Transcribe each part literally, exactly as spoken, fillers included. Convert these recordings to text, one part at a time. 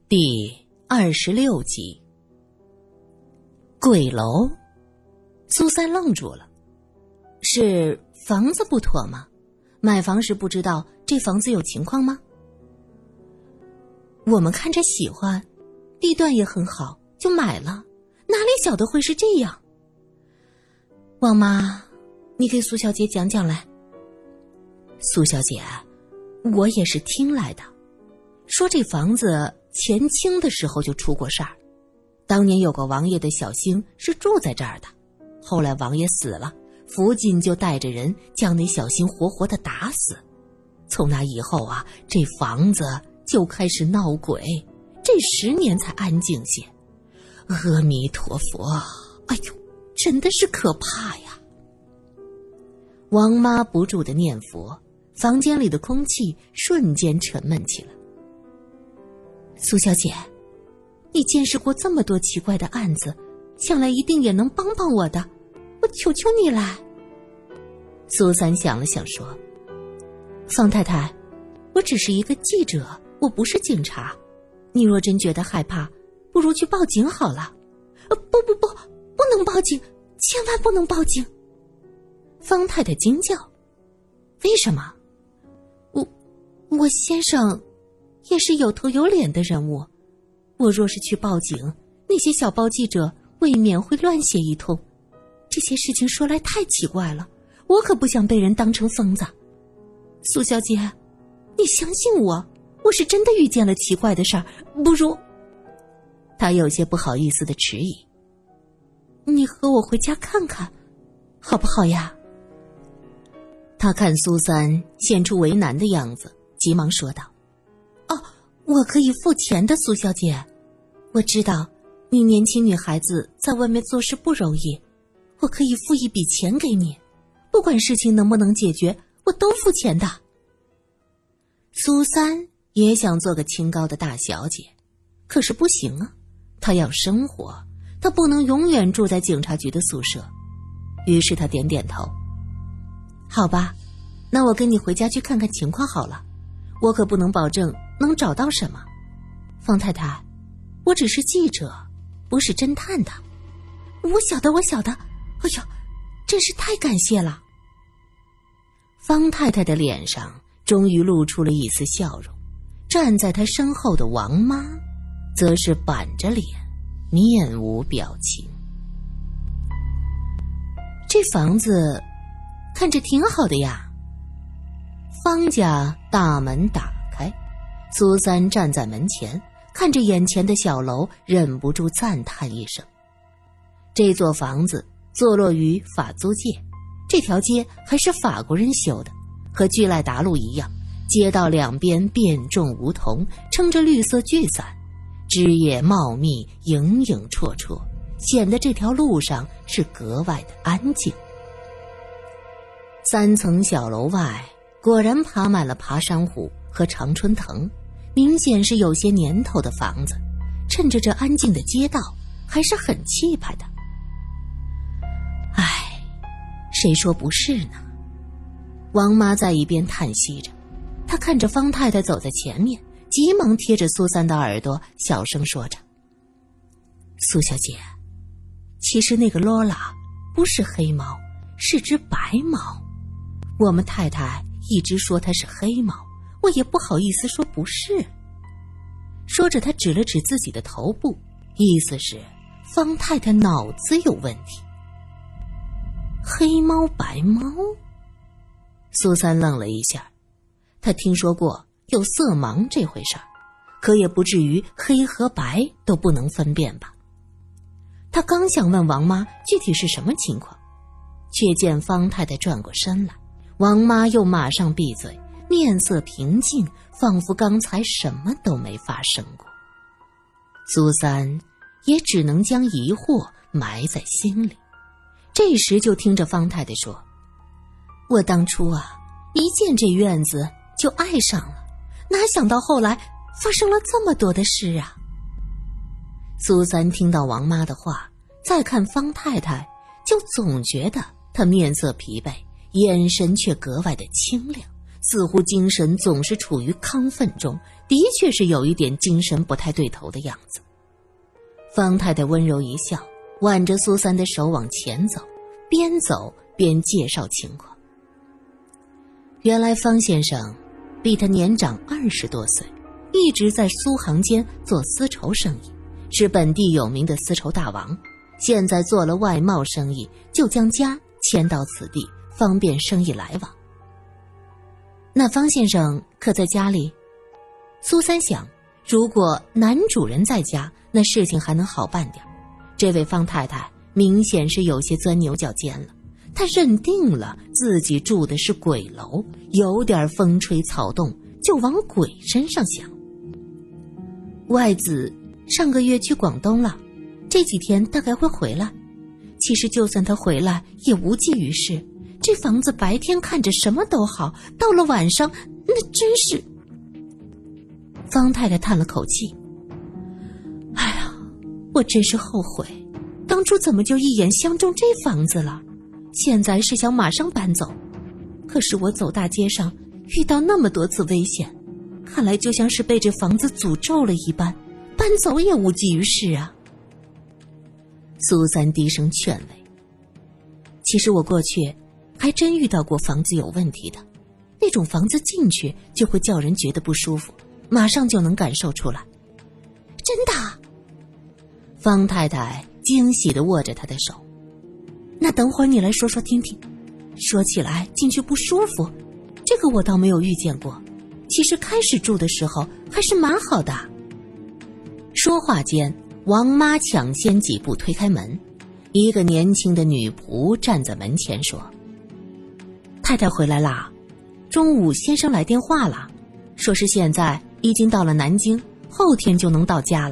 第二十六集。鬼楼。苏三愣住了，是房子不妥吗？买房时不知道这房子有情况吗？我们看着喜欢，地段也很好，就买了，哪里晓得会是这样？王妈，你给苏小姐讲讲来。苏小姐，我也是听来的，说这房子前清的时候就出过事儿，当年有个王爷的小星是住在这儿的，后来王爷死了，福晋就带着人将那小星活活的打死。从那以后啊，这房子就开始闹鬼，这十年才安静些。阿弥陀佛，哎呦，真的是可怕呀！王妈不住地念佛，房间里的空气瞬间沉闷起来。苏小姐，你见识过这么多奇怪的案子，想来一定也能帮帮我的，我求求你来。苏三想了想说，方太太，我只是一个记者，我不是警察，你若真觉得害怕，不如去报警好了。呃，不不不，不能报警，千万不能报警。方太太惊叫，为什么？我我先生也是有头有脸的人物，我若是去报警，那些小报记者未免会乱写一通，这些事情说来太奇怪了，我可不想被人当成疯子。苏小姐，你相信我，我是真的遇见了奇怪的事儿，不如……他有些不好意思的迟疑，你和我回家看看好不好呀？他看苏三现出为难的样子，急忙说道，哦，我可以付钱的，苏小姐，我知道你年轻女孩子在外面做事不容易，我可以付一笔钱给你，不管事情能不能解决，我都付钱的。苏三也想做个清高的大小姐，可是不行啊，她要生活，她不能永远住在警察局的宿舍。于是她点点头，好吧，那我跟你回家去看看情况好了，我可不能保证能找到什么。方太太，我只是记者，不是侦探的。我晓得我晓得，哎呀，真是太感谢了。方太太的脸上终于露出了一丝笑容，站在她身后的王妈则是板着脸，面无表情。这房子看着挺好的呀。方家大门打开，苏三站在门前，看着眼前的小楼，忍不住赞叹一声。这座房子坐落于法租界，这条街还是法国人修的，和巨赖达路一样，街道两边遍种梧桐，撑着绿色巨伞，枝叶茂密，影影绰绰，显得这条路上是格外的安静。三层小楼外果然爬满了爬山虎和常春藤，明显是有些年头的房子，趁着这安静的街道还是很气派的。唉，谁说不是呢？王妈在一边叹息着，她看着方太太走在前面，急忙贴着苏三的耳朵小声说着，苏小姐，其实那个罗拉不是黑猫，是只白猫，我们太太一直说它是黑猫，我也不好意思说不是。说着他指了指自己的头部，意思是方太太脑子有问题。黑猫白猫？苏三愣了一下，他听说过有色盲这回事儿，可也不至于黑和白都不能分辨吧。他刚想问王妈具体是什么情况，却见方太太转过身来，王妈又马上闭嘴，面色平静，仿佛刚才什么都没发生过。苏三也只能将疑惑埋在心里。这时就听着方太太说，我当初啊，一见这院子就爱上了，哪想到后来发生了这么多的事啊。苏三听到王妈的话，再看方太太，就总觉得她面色疲惫，眼神却格外的清亮，似乎精神总是处于亢奋中， 的确是有一点精神不太对头的样子。方太太温柔一笑，挽着苏三的手往前走，边走边介绍情况。原来方先生比他年长二十多岁，一直在苏杭间做丝绸生意，是本地有名的丝绸大王。现在做了外贸生意，就将家迁到此地，方便生意来往。那方先生可在家里？苏三想，如果男主人在家，那事情还能好办点。这位方太太明显是有些钻牛角尖了，她认定了自己住的是鬼楼，有点风吹草动就往鬼身上想。外子上个月去广东了，这几天大概会回来。其实就算他回来也无济于事，这房子白天看着什么都好，到了晚上那真是……方太太叹了口气，哎呀，我真是后悔，当初怎么就一眼相中这房子了？现在是想马上搬走，可是我走大街上遇到那么多次危险，看来就像是被这房子诅咒了一般，搬走也无济于事啊。苏三低声劝慰，其实我过去还真遇到过房子有问题的，那种房子进去就会叫人觉得不舒服，马上就能感受出来。真的？方太太惊喜地握着他的手。那等会儿你来说说听听。说起来进去不舒服，这个我倒没有遇见过，其实开始住的时候还是蛮好的。说话间，王妈抢先几步推开门，一个年轻的女仆站在门前说：太太回来啦，中午先生来电话了，说是现在已经到了南京，后天就能到家了。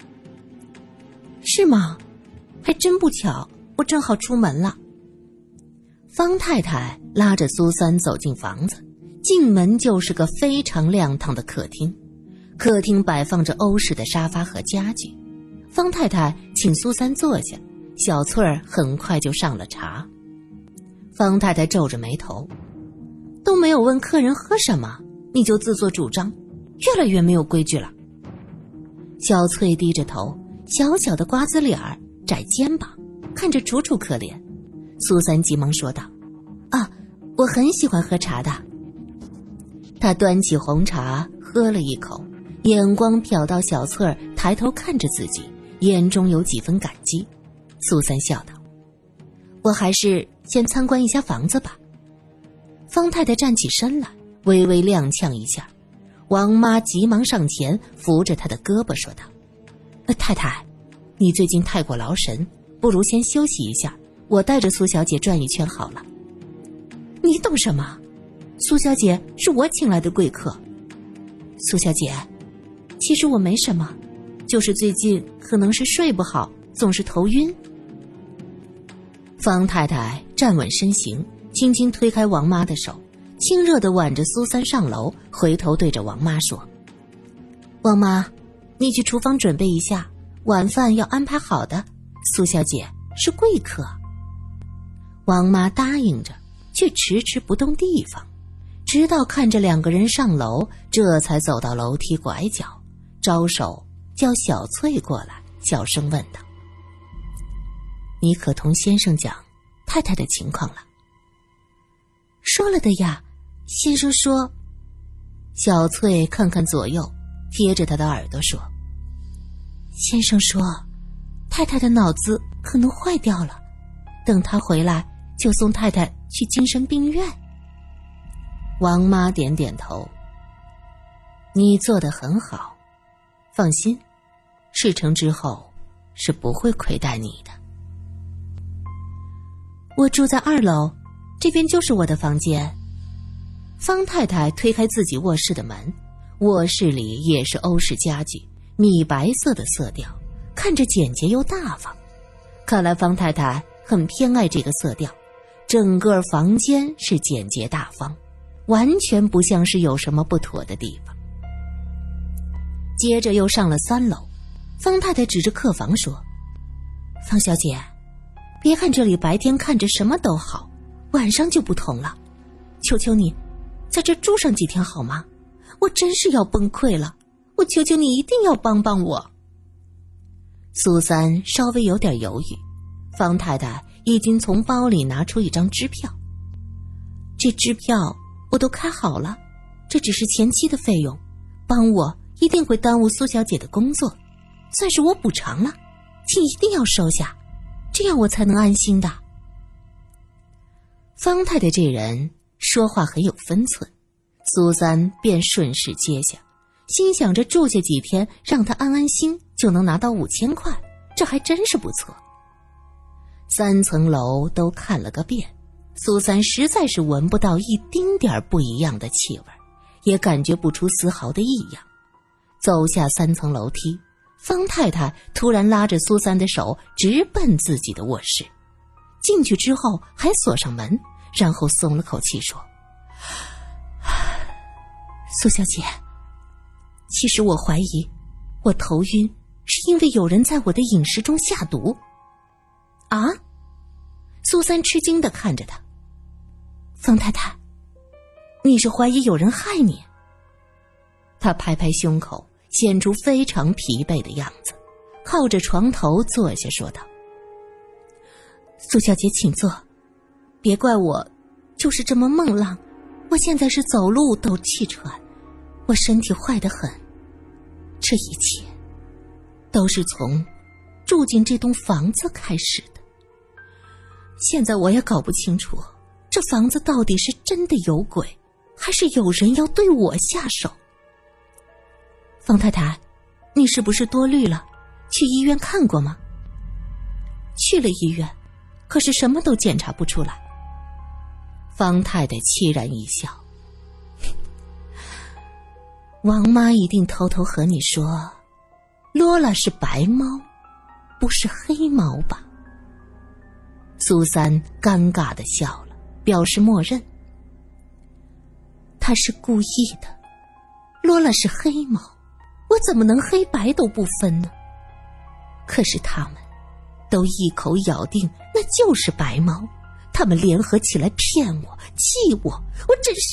是吗？还真不巧，我正好出门了。方太太拉着苏三走进房子，进门就是个非常亮堂的客厅，客厅摆放着欧式的沙发和家具。方太太请苏三坐下，小翠儿很快就上了茶。方太太皱着眉头，都没有问客人喝什么，你就自作主张，越来越没有规矩了。小翠低着头，小小的瓜子脸儿，窄肩膀，看着楚楚可怜。苏三急忙说道：啊，我很喜欢喝茶的。他端起红茶喝了一口，眼光瞟到小翠儿抬头看着自己，眼中有几分感激。苏三笑道：我还是先参观一下房子吧。方太太站起身来，微微踉跄一下。王妈急忙上前扶着她的胳膊说道：呃，太太，你最近太过劳神，不如先休息一下，我带着苏小姐转一圈好了。你懂什么？苏小姐是我请来的贵客。苏小姐，其实我没什么，就是最近可能是睡不好，总是头晕。方太太站稳身形，轻轻推开王妈的手，亲热地挽着苏三上楼，回头对着王妈说：王妈，你去厨房准备一下，晚饭要安排好的，苏小姐是贵客。王妈答应着，却迟迟不动地方，直到看着两个人上楼，这才走到楼梯拐角，招手叫小翠过来，小声问道：你可同先生讲太太的情况了？说了的呀，先生说。小翠看看左右，贴着他的耳朵说：先生说太太的脑子可能坏掉了，等他回来就送太太去精神病院。王妈点点头：你做得很好，放心，事成之后是不会亏待你的。我住在二楼，这边就是我的房间。方太太推开自己卧室的门，卧室里也是欧式家具，米白色的色调，看着简洁又大方。看来方太太很偏爱这个色调，整个房间是简洁大方，完全不像是有什么不妥的地方。接着又上了三楼，方太太指着客房说：方小姐，别看这里白天看着什么都好，晚上就不同了，求求你在这住上几天好吗？我真是要崩溃了， 我求求你一定要帮帮我。苏三稍微有点犹豫，方太太已经从包里拿出一张支票。这支票我都开好了，这只是前期的费用，帮我一定会耽误苏小姐的工作，算是我补偿了，请一定要收下，这样我才能安心的。方太太这人说话很有分寸，苏三便顺势接下，心想着住下几天，让她安安心就能拿到五千块，这还真是不错。三层楼都看了个遍，苏三实在是闻不到一丁点不一样的气味，也感觉不出丝毫的异样。走下三层楼梯，方太太突然拉着苏三的手直奔自己的卧室，进去之后还锁上门，然后松了口气说：苏小姐，其实我怀疑我头晕是因为有人在我的饮食中下毒。啊？苏三吃惊地看着他。方太太，你是怀疑有人害你？他拍拍胸口，显出非常疲惫的样子，靠着床头坐下说道：苏小姐请坐，别怪我就是这么梦浪，我现在是走路都气喘，我身体坏得很，这一切都是从住进这栋房子开始的。现在我也搞不清楚，这房子到底是真的有鬼，还是有人要对我下手。方太太，你是不是多虑了？去医院看过吗？去了医院，可是什么都检查不出来。方太太凄然一笑，王妈一定偷偷和你说，罗拉是白猫，不是黑猫吧？苏三尴尬地笑了，表示默认。他是故意的，罗拉是黑猫，我怎么能黑白都不分呢？可是他们都一口咬定那就是白猫，他们联合起来骗我，气我，我真是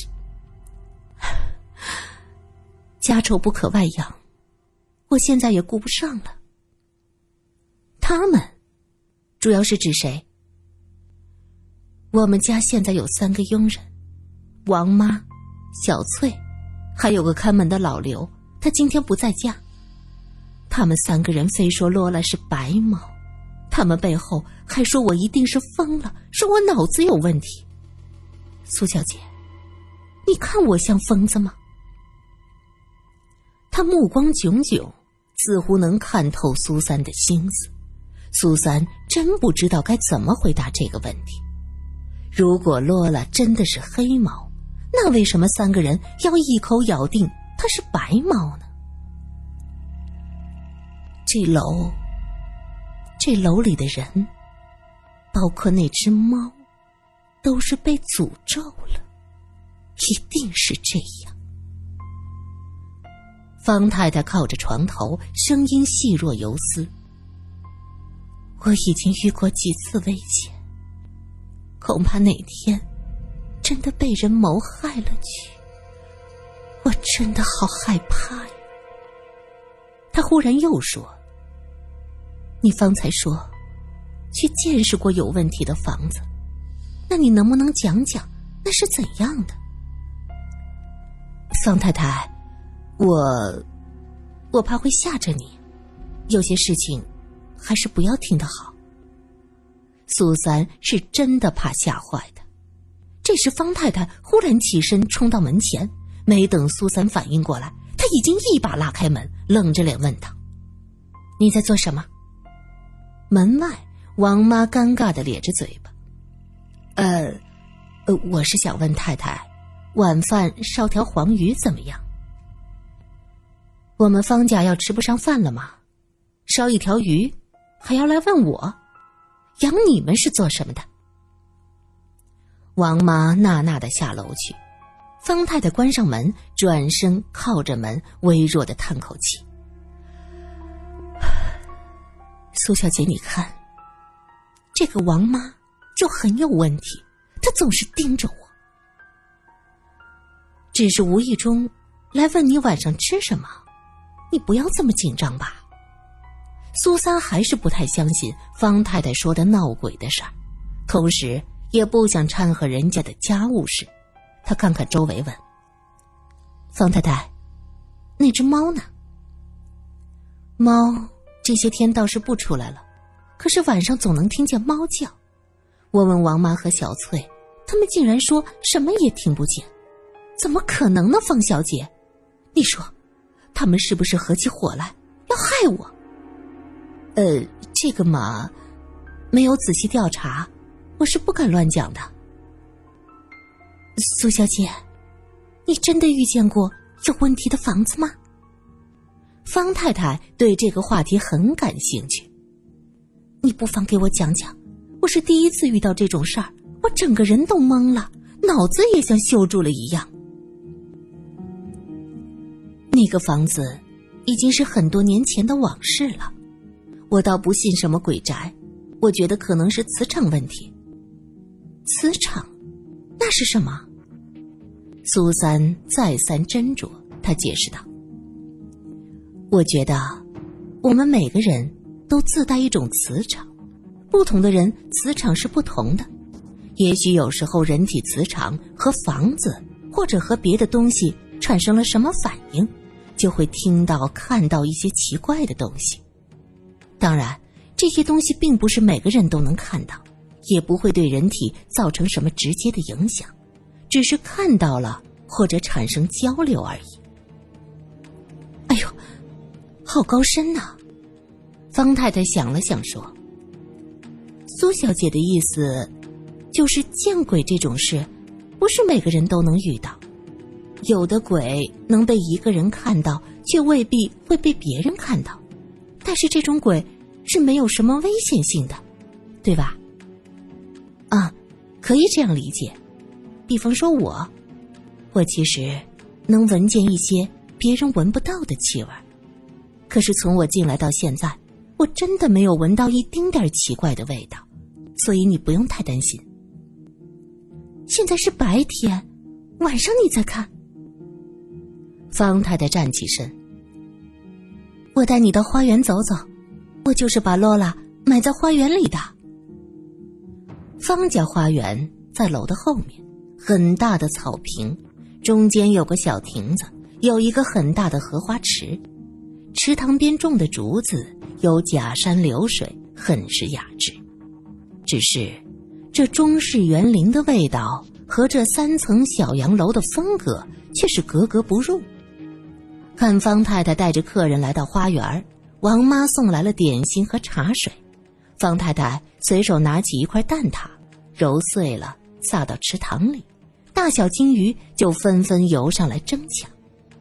家丑不可外扬，我现在也顾不上了。他们主要是指谁？我们家现在有三个佣人，王妈、小翠，还有个看门的老刘，他今天不在家。他们三个人非说罗拉是白猫，他们背后还说我一定是疯了，说我脑子有问题。苏小姐，你看我像疯子吗？他目光炯炯，似乎能看透苏三的心思。苏三真不知道该怎么回答这个问题。如果罗拉真的是黑猫，那为什么三个人要一口咬定它是白猫呢？这楼这楼里的人，包括那只猫，都是被诅咒了，一定是这样。方太太靠着床头，声音细若游丝。我已经遇过几次危险，恐怕哪天真的被人谋害了去，我真的好害怕呀。他忽然又说，你方才说去见识过有问题的房子，那你能不能讲讲那是怎样的？方太太，我我怕会吓着你，有些事情还是不要听得好。苏三是真的怕吓坏的。这时方太太忽然起身冲到门前，没等苏三反应过来，她已经一把拉开门，冷着脸问道：你在做什么？门外王妈尴尬地咧着嘴巴，呃呃，我是想问太太，晚饭烧条黄鱼怎么样？我们方家要吃不上饭了吗？烧一条鱼还要来问我？养你们是做什么的？王妈纳纳地下楼去，方太太关上门，转身靠着门，微弱地叹口气。苏小姐，你看，这个王妈就很有问题，她总是盯着我。只是无意中来问你晚上吃什么， 你不要这么紧张吧。苏三还是不太相信方太太说的闹鬼的事儿，同时也不想掺和人家的家务事。他看看周围问：方太太，那只猫呢？猫这些天倒是不出来了，可是晚上总能听见猫叫。问问王妈和小翠，他们竟然说什么也听不见。怎么可能呢，方小姐？你说他们是不是合起伙来要害我？呃，这个嘛，没有仔细调查，我是不敢乱讲的。苏小姐，你真的遇见过有问题的房子吗？方太太对这个话题很感兴趣。你不妨给我讲讲，我是第一次遇到这种事儿，我整个人都懵了，脑子也像锈住了一样。那个房子已经是很多年前的往事了，我倒不信什么鬼宅，我觉得可能是磁场问题。磁场？那是什么？苏三再三斟酌，他解释道：我觉得我们每个人都自带一种磁场，不同的人磁场是不同的。也许有时候人体磁场和房子或者和别的东西产生了什么反应，就会听到看到一些奇怪的东西。当然这些东西并不是每个人都能看到，也不会对人体造成什么直接的影响，只是看到了或者产生交流而已。哎呦，好高深啊。方太太想了想说：苏小姐的意思就是见鬼这种事不是每个人都能遇到，有的鬼能被一个人看到，却未必会被别人看到，但是这种鬼是没有什么危险性的，对吧？啊，可以这样理解。比方说我我其实能闻见一些别人闻不到的气味，可是从我进来到现在，我真的没有闻到一丁点奇怪的味道，所以你不用太担心。现在是白天，晚上你再看。方太太站起身：我带你到花园走走，我就是把罗拉埋在花园里的。方家花园在楼的后面，很大的草坪，中间有个小亭子，有一个很大的荷花池，池塘边种的竹子有假山流水，很是雅致。只是这中式园林的味道和这三层小洋楼的风格却是格格不入。看方太太带着客人来到花园，王妈送来了点心和茶水，方太太随手拿起一块蛋挞，揉碎了撒到池塘里，大小金鱼就纷纷游上来争抢。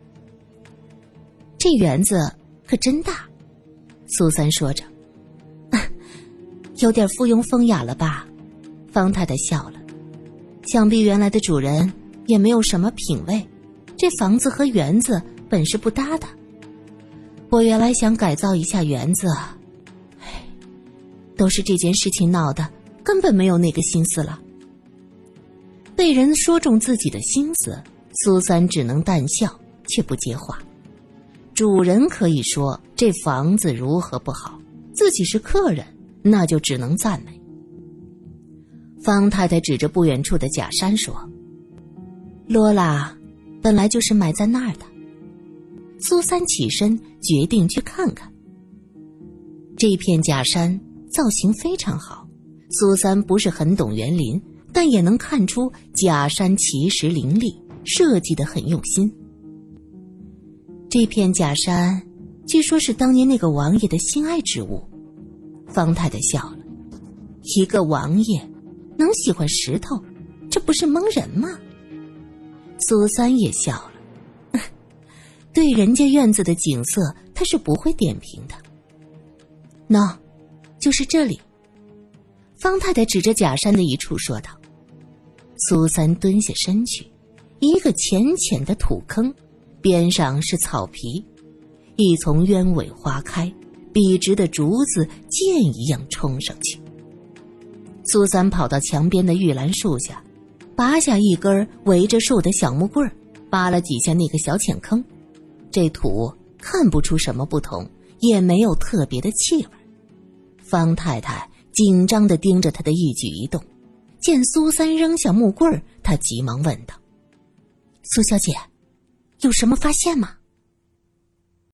这园子可真大，苏三说着。有点附庸风雅了吧？方太太笑了，想必原来的主人也没有什么品味，这房子和园子本是不搭的。我原来想改造一下园子，唉，都是这件事情闹的，根本没有那个心思了。被人说中自己的心思，苏三只能淡笑，却不接话。主人可以说这房子如何不好，自己是客人，那就只能赞美。方太太指着不远处的假山说：罗拉本来就是埋在那儿的。苏三起身决定去看看。这片假山造型非常好，苏三不是很懂园林，但也能看出假山奇石林立，设计得很用心。这片假山据说是当年那个王爷的心爱之物。方太太笑了，一个王爷能喜欢石头，这不是蒙人吗？苏三也笑了，对人家院子的景色他是不会点评的。喏，就是这里。方太太指着假山的一处说道。苏三蹲下身去，一个浅浅的土坑，边上是草皮，一丛鸢尾花开，笔直的竹子箭一样冲上去。苏三跑到墙边的玉兰树下，拔下一根围着树的小木棍，扒了几下那个小浅坑，这土看不出什么不同，也没有特别的气味。方太太紧张地盯着他的一举一动，见苏三扔下木棍儿，她急忙问道：苏小姐，有什么发现吗？